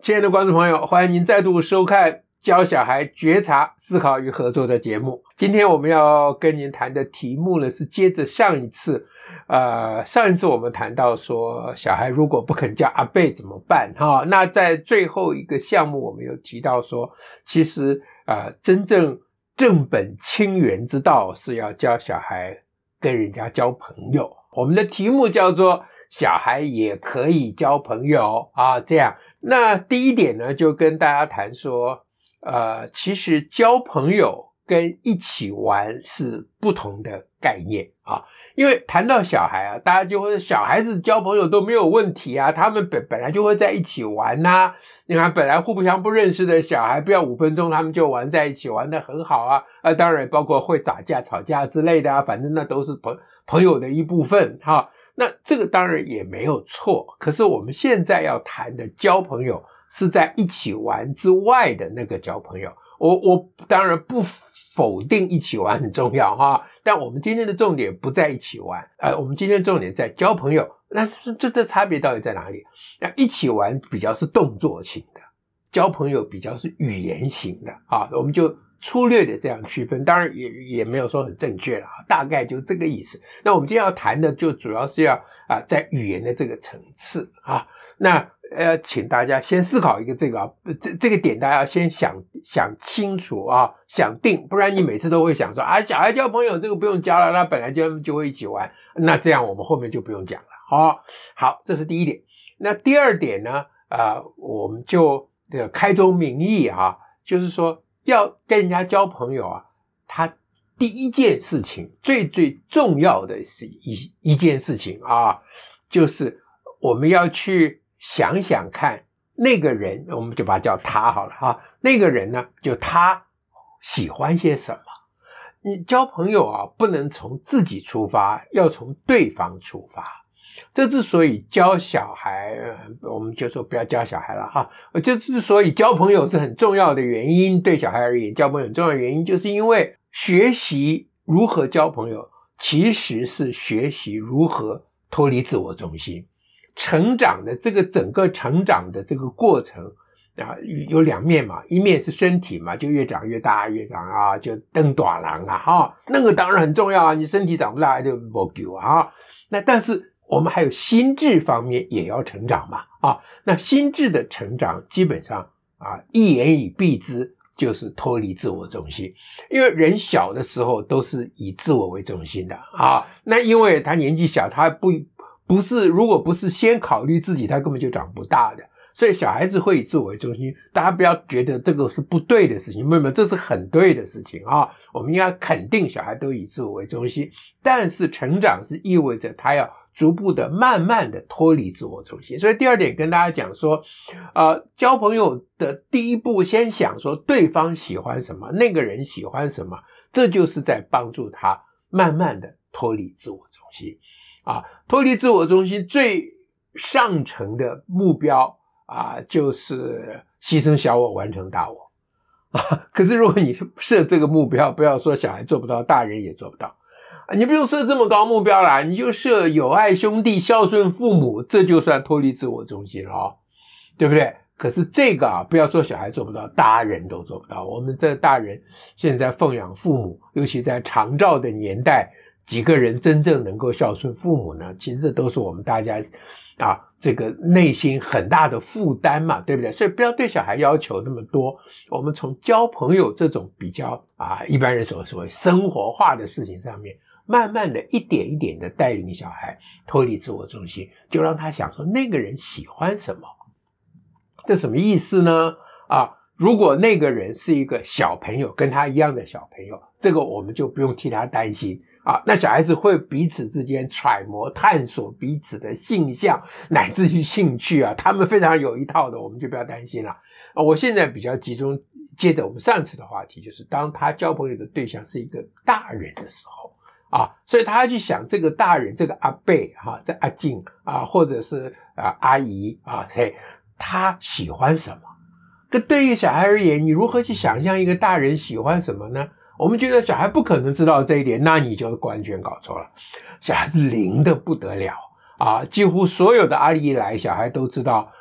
亲爱的观众朋友，欢迎您再度收看教小孩觉察、思考与合作的节目。今天我们要跟您谈的题目呢，是接着上一次我们谈到说，小孩如果不肯叫阿伯怎么办？那在最后一个项目，我们有提到说，其实真正正本清源之道是要教小孩跟人家交朋友。我们的题目叫做小孩也可以交朋友这样。那第一点呢，就跟大家谈说其实交朋友跟一起玩是不同的概念因为谈到小孩大家就会小孩子交朋友都没有问题他们本来就会在一起玩你看本来互相不认识的小孩，不要5分钟他们就玩在一起，玩得很好当然包括会打架吵架之类的反正那都是朋友的一部分那这个当然也没有错，可是我们现在要谈的交朋友是在一起玩之外的那个交朋友。我当然不否定一起玩很重要但我们今天的重点不在一起玩我们今天的重点在交朋友。那这差别到底在哪里？那一起玩比较是动作型的，交朋友比较是语言型的我们就粗略的这样区分，当然也没有说很正确了大概就这个意思。那我们今天要谈的就主要是要在语言的这个层次那请大家先思考一个这个点，大家要先想清楚想定，不然你每次都会想说小孩交朋友这个不用教了，他本来就会一起玩，那这样我们后面就不用讲了好，这是第一点。那第二点呢我们就开宗明义就是说要跟人家交朋友他第一件事情最重要的是一件事情就是我们要去想想看那个人，我们就把他叫他好了那个人呢，就他喜欢些什么。你交朋友不能从自己出发，要从对方出发。这之所以教小孩我们就说不要教小孩了这之所以交朋友是很重要的原因，对小孩而言交朋友很重要的原因，就是因为学习如何交朋友其实是学习如何脱离自我中心。成长的这个整个成长的这个过程有两面嘛，一面是身体嘛，就越长越大越长就登大人那个当然很重要你身体长不大就没救那但是我们还有心智方面也要成长嘛那心智的成长基本上一言以蔽之就是脱离自我中心。因为人小的时候都是以自我为中心的那因为他年纪小，他不是如果不是先考虑自己，他根本就长不大的。所以小孩子会以自我为中心，大家不要觉得这个是不对的事情，没有，这是很对的事情我们应该肯定小孩都以自我为中心，但是成长是意味着他要逐步的慢慢的脱离自我中心。所以第二点跟大家讲说交朋友的第一步，先想说对方喜欢什么，那个人喜欢什么，这就是在帮助他慢慢的脱离自我中心脱离自我中心最上层的目标就是牺牲小我完成大我可是如果你设这个目标，不要说小孩做不到，大人也做不到你不用设这么高目标啦，你就设友爱兄弟孝顺父母，这就算脱离自我中心了对不对？可是这个不要说小孩做不到，大人都做不到。我们这大人现在奉养父母，尤其在长照的年代，几个人真正能够孝顺父母呢？其实这都是我们大家这个内心很大的负担嘛，对不对？所以不要对小孩要求那么多，我们从交朋友这种比较一般人所谓生活化的事情上面，慢慢的一点一点的带领小孩脱离自我中心，就让他想说那个人喜欢什么。这什么意思呢？如果那个人是一个小朋友，跟他一样的小朋友，这个我们就不用替他担心那小孩子会彼此之间揣摩探索彼此的性向乃至于兴趣他们非常有一套的，我们就不要担心了我现在比较集中接着我们上次的话题，就是当他交朋友的对象是一个大人的时候所以他要去想这个大人，这个阿伯这阿静或者是阿姨谁他喜欢什么。这对于小孩而言，你如何去想象一个大人喜欢什么呢？我们觉得小孩不可能知道这一点，那你就完全搞错了。小孩子灵得不得了几乎所有的阿姨来，小孩都知道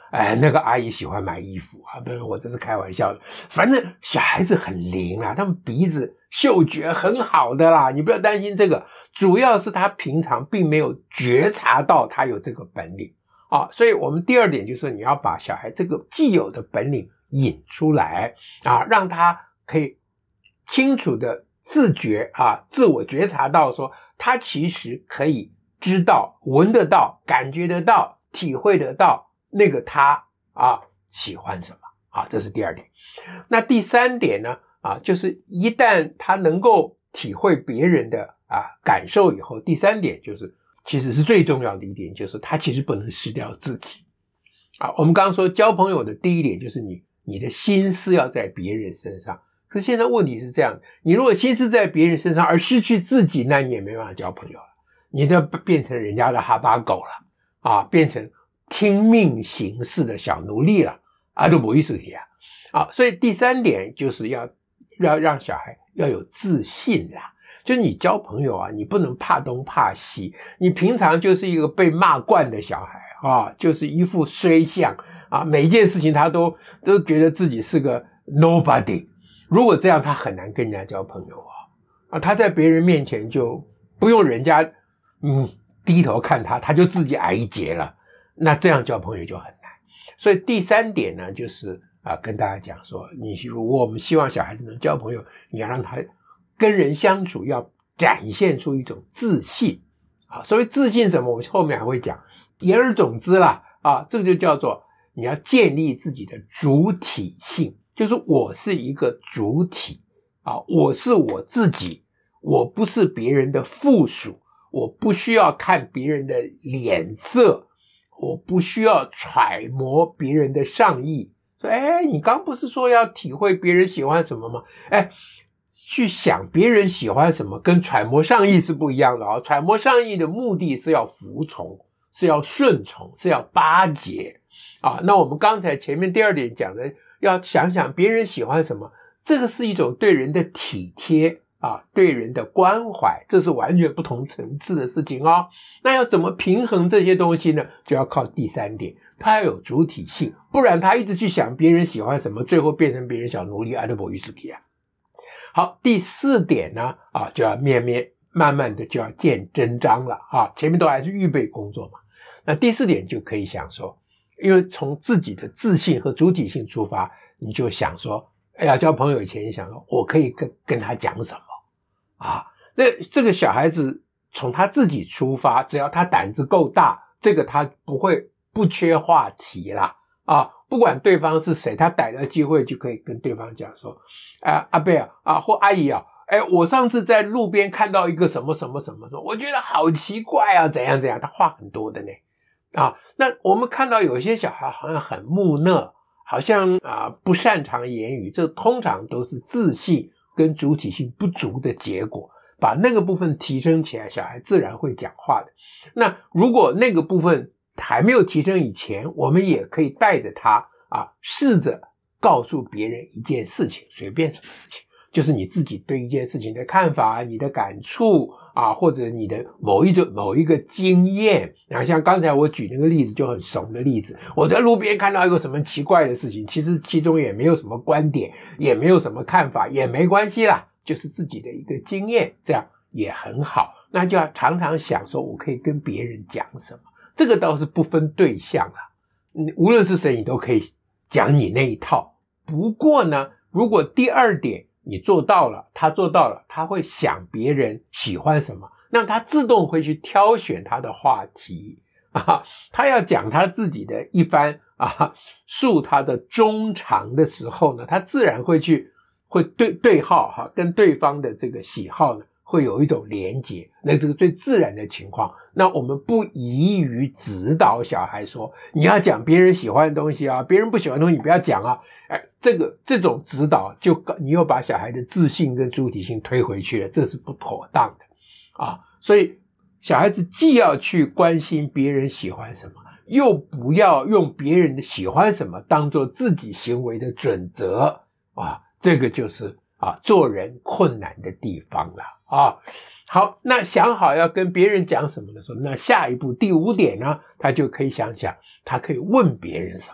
那个阿姨喜欢买衣服啊，不是，我这是开玩笑的。反正小孩子很灵啊，他们鼻子嗅觉很好的啦，你不要担心这个，主要是他平常并没有觉察到他有这个本领啊。所以我们第二点就是你要把小孩这个既有的本领引出来啊，让他可以清楚的自觉啊，自我觉察到说他其实可以知道、闻得到、感觉得到、体会得到那个他啊喜欢什么啊，这是第二点。那第三点呢啊，就是一旦他能够体会别人的感受以后，第三点就是其实是最重要的一点，就是他其实不能失掉自己啊。我们刚刚说交朋友的第一点就是你的心思要在别人身上，可是现在问题是这样，你如果心思在别人身上而失去自己，那你也没办法交朋友了，你就变成人家的哈巴狗了啊，变成听命行事的小奴隶了啊，都不意思啊。所以第三点就是要让小孩要有自信啦，就是你交朋友啊，你不能怕东怕西，你平常就是一个被骂惯的小孩啊，就是一副衰相啊，每一件事情他都觉得自己是个 nobody。如果这样，他很难跟人家交朋友啊，他在别人面前就不用人家低头看他就自己矮一截了，那这样交朋友就很难。所以第三点呢，就是跟大家讲说，如果我们希望小孩子能交朋友，你要让他跟人相处要展现出一种自信啊。所谓自信什么，我们后面还会讲。言而总之啦这个就叫做你要建立自己的主体性，就是我是一个主体我是我自己，我不是别人的附属，我不需要看别人的脸色，我不需要揣摩别人的上意。说你刚不是说要体会别人喜欢什么吗？去想别人喜欢什么跟揣摩上意是不一样的揣摩上意的目的是要服从，是要顺从，是要巴结那我们刚才前面第二点讲的，要想想别人喜欢什么，这个是一种对人的体贴对人的关怀，这是完全不同层次的事情那要怎么平衡这些东西呢？就要靠第三点，他要有主体性，不然他一直去想别人喜欢什么，最后变成别人小奴隶都不意思好，第四点呢就要慢慢的就要见真章了前面都还是预备工作嘛。那第四点就可以想说，因为从自己的自信和主体性出发，你就想说要交朋友以前，你想说我可以跟他讲什么那这个小孩子从他自己出发，只要他胆子够大，这个他不缺话题啦不管对方是谁，他逮到机会就可以跟对方讲说阿贝或阿姨我上次在路边看到一个什么什么什么，我觉得好奇怪怎样怎样，他话很多的呢那我们看到有些小孩好像很木讷，好像不擅长言语，这通常都是自信跟主体性不足的结果。把那个部分提升起来，小孩自然会讲话的。那如果那个部分还没有提升以前，我们也可以带着他试着告诉别人一件事情，随便什么事情，就是你自己对一件事情的看法，你的感触或者你的某一个经验像刚才我举那个例子就很怂的例子，我在路边看到一个什么奇怪的事情，其实其中也没有什么观点，也没有什么看法，也没关系啦，就是自己的一个经验，这样也很好。那就要常常想说我可以跟别人讲什么，这个倒是不分对象无论是谁你都可以讲你那一套。不过呢，如果第二点你做到了，他做到了，他会想别人喜欢什么，那他自动会去挑选他的话题他要讲他自己的一番述他的衷肠的时候呢，他自然会对号跟对方的这个喜好呢会有一种连结，那这个最自然的情况。那我们不宜于指导小孩说你要讲别人喜欢的东西别人不喜欢的东西你不要讲这种指导你又把小孩的自信跟主体性推回去了，这是不妥当的所以小孩子既要去关心别人喜欢什么，又不要用别人的喜欢什么当做自己行为的准则这个就是做人困难的地方了好，那想好要跟别人讲什么的时候，那下一步第5点呢，他就可以想想他可以问别人什么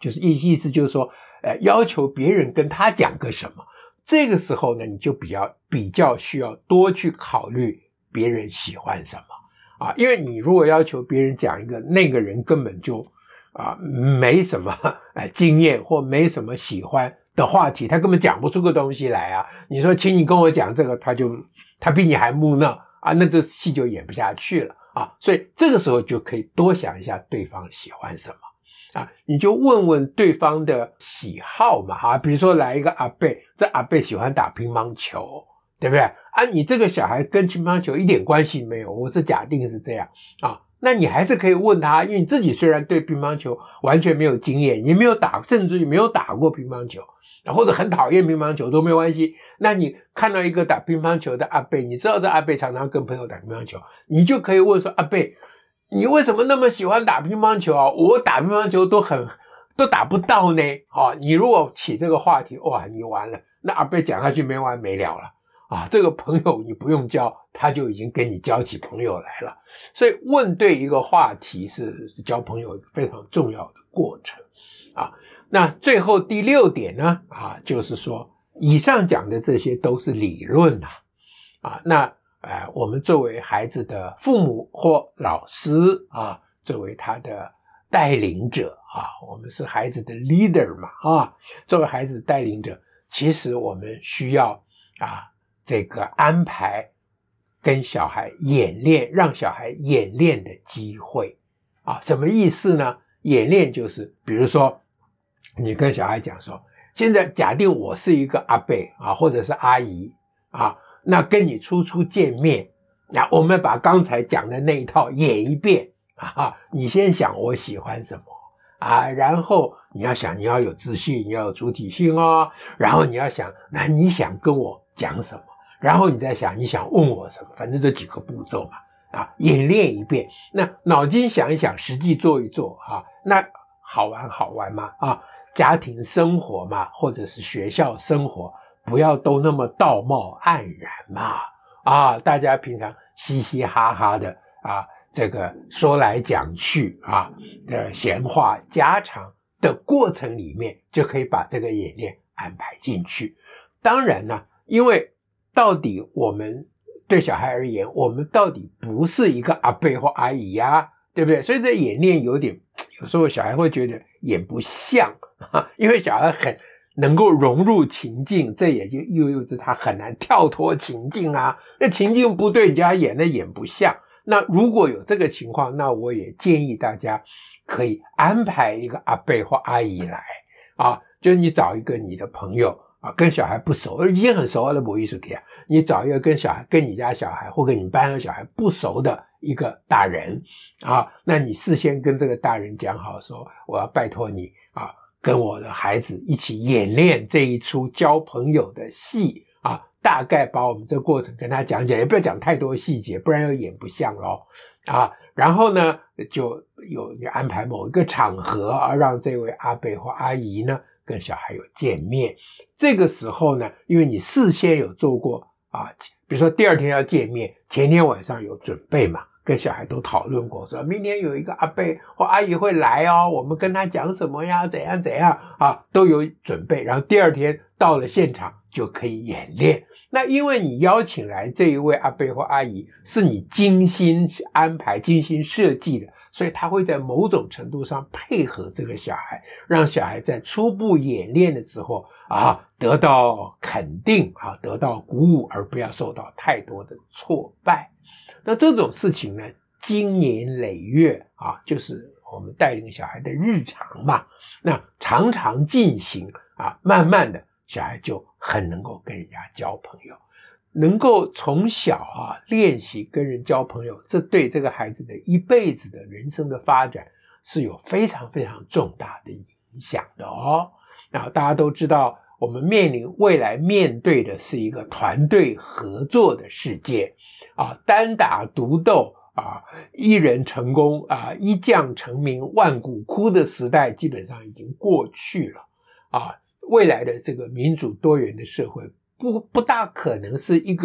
就是意思就是说，要求别人跟他讲个什么。这个时候呢，你就比较需要多去考虑别人喜欢什么啊，因为你如果要求别人讲一个那个人根本就没什么经验或没什么喜欢的话题，他根本讲不出个东西来啊。你说请你跟我讲这个，他比你还木讷啊，那这戏就演不下去了啊。所以这个时候就可以多想一下对方喜欢什么。你就问问对方的喜好嘛，比如说来一个阿伯，这阿伯喜欢打乒乓球，对不对啊？你这个小孩跟乒乓球一点关系没有，我是假定是这样啊。那你还是可以问他，因为你自己虽然对乒乓球完全没有经验，也没有甚至于没有打过乒乓球，或者很讨厌乒乓球都没有关系。那你看到一个打乒乓球的阿伯，你知道这阿伯常常跟朋友打乒乓球，你就可以问说，阿伯，你为什么那么喜欢打乒乓球啊？我打乒乓球都打不到呢。你如果起这个话题，哇，你完了，那阿伯讲下去没完没了了啊！这个朋友你不用交，他就已经跟你交起朋友来了。所以问对一个话题是交朋友非常重要的过程啊。那最后第6点呢就是说，以上讲的这些都是理论那我们作为孩子的父母或老师作为他的带领者我们是孩子的 leader 嘛作为孩子的带领者，其实我们需要这个安排跟小孩演练，让小孩演练的机会什么意思呢？演练就是比如说你跟小孩讲说，现在假定我是一个阿伯或者是阿姨那跟你初见面，那我们把刚才讲的那一套演一遍你先想我喜欢什么然后你要想你要有自信，你要有主体性然后你要想那你想跟我讲什么，然后你再想你想问我什么，反正这几个步骤嘛演练一遍，那脑筋想一想，实际做一做那好玩嘛家庭生活嘛，或者是学校生活，不要都那么道貌岸然嘛大家平常嘻嘻哈哈的这个说来讲去的闲话家常的过程里面，就可以把这个演练安排进去。当然呢，因为到底我们对小孩而言，我们到底不是一个阿伯或阿姨对不对？所以这演练有时候小孩会觉得演不像因为小孩很能够融入情境，这也就意味着他很难跳脱情境那情境不对，人家演不像。那如果有这个情况，那我也建议大家可以安排一个阿伯或阿姨来就是你找一个你的朋友跟小孩不熟，已经很熟了没意思你找一个跟你家小孩或跟你班的小孩不熟的一个大人那你事先跟这个大人讲好说，我要拜托你跟我的孩子一起演练这一出交朋友的戏大概把我们这个过程跟他讲讲，也不要讲太多细节，不然又演不像咯然后呢就你安排某一个场合让这位阿伯或阿姨呢跟小孩有见面。这个时候呢，因为你事先有做过比如说第2天要见面，前天晚上有准备嘛，跟小孩都讨论过，说明天有一个阿伯或阿姨会来我们跟他讲什么呀，怎样都有准备，然后第2天到了现场就可以演练。那因为你邀请来这一位阿伯或阿姨是你精心安排精心设计的，所以他会在某种程度上配合这个小孩，让小孩在初步演练的时候得到肯定得到鼓舞，而不要受到太多的挫败。那这种事情呢，经年累月就是我们带领小孩的日常嘛，那常常进行慢慢的小孩就很能够跟人家交朋友，能够从小练习跟人交朋友，这对这个孩子的一辈子的人生的发展是有非常非常重大的影响的那大家都知道，我们未来面对的是一个团队合作的世界单打独斗一人成功一将成名万骨枯的时代基本上已经过去了未来的这个民主多元的社会不大可能是一个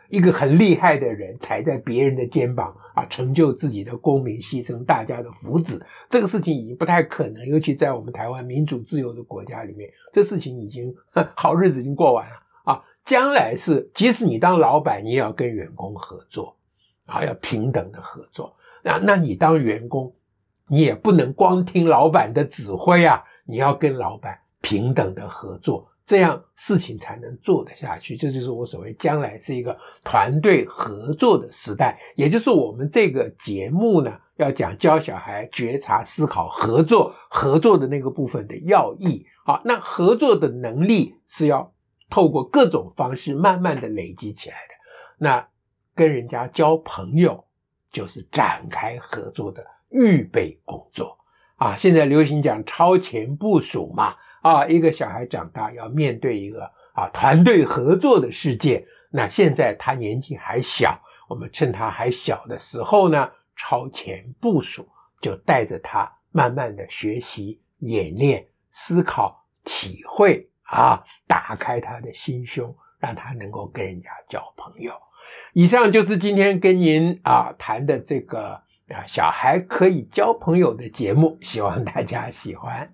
一个很厉害的人踩在别人的肩膀成就自己的功名，牺牲大家的福祉，这个事情已经不太可能，尤其在我们台湾民主自由的国家里面，这事情已经好日子已经过完了将来是即使你当老板，你也要跟员工合作要平等的合作。那你当员工，你也不能光听老板的指挥你要跟老板平等的合作，这样事情才能做得下去。这就是我所谓将来是一个团队合作的时代，也就是我们这个节目呢要讲教小孩觉察、思考、合作的那个部分的要义那合作的能力是要透过各种方式慢慢的累积起来的。那跟人家交朋友就是展开合作的预备工作现在流行讲超前部署嘛一个小孩长大要面对一个团队合作的世界。那现在他年纪还小，我们趁他还小的时候呢，超前部署，就带着他慢慢的学习、演练、思考、体会打开他的心胸，让他能够跟人家交朋友。以上就是今天跟您谈的这个小孩可以交朋友的节目，希望大家喜欢。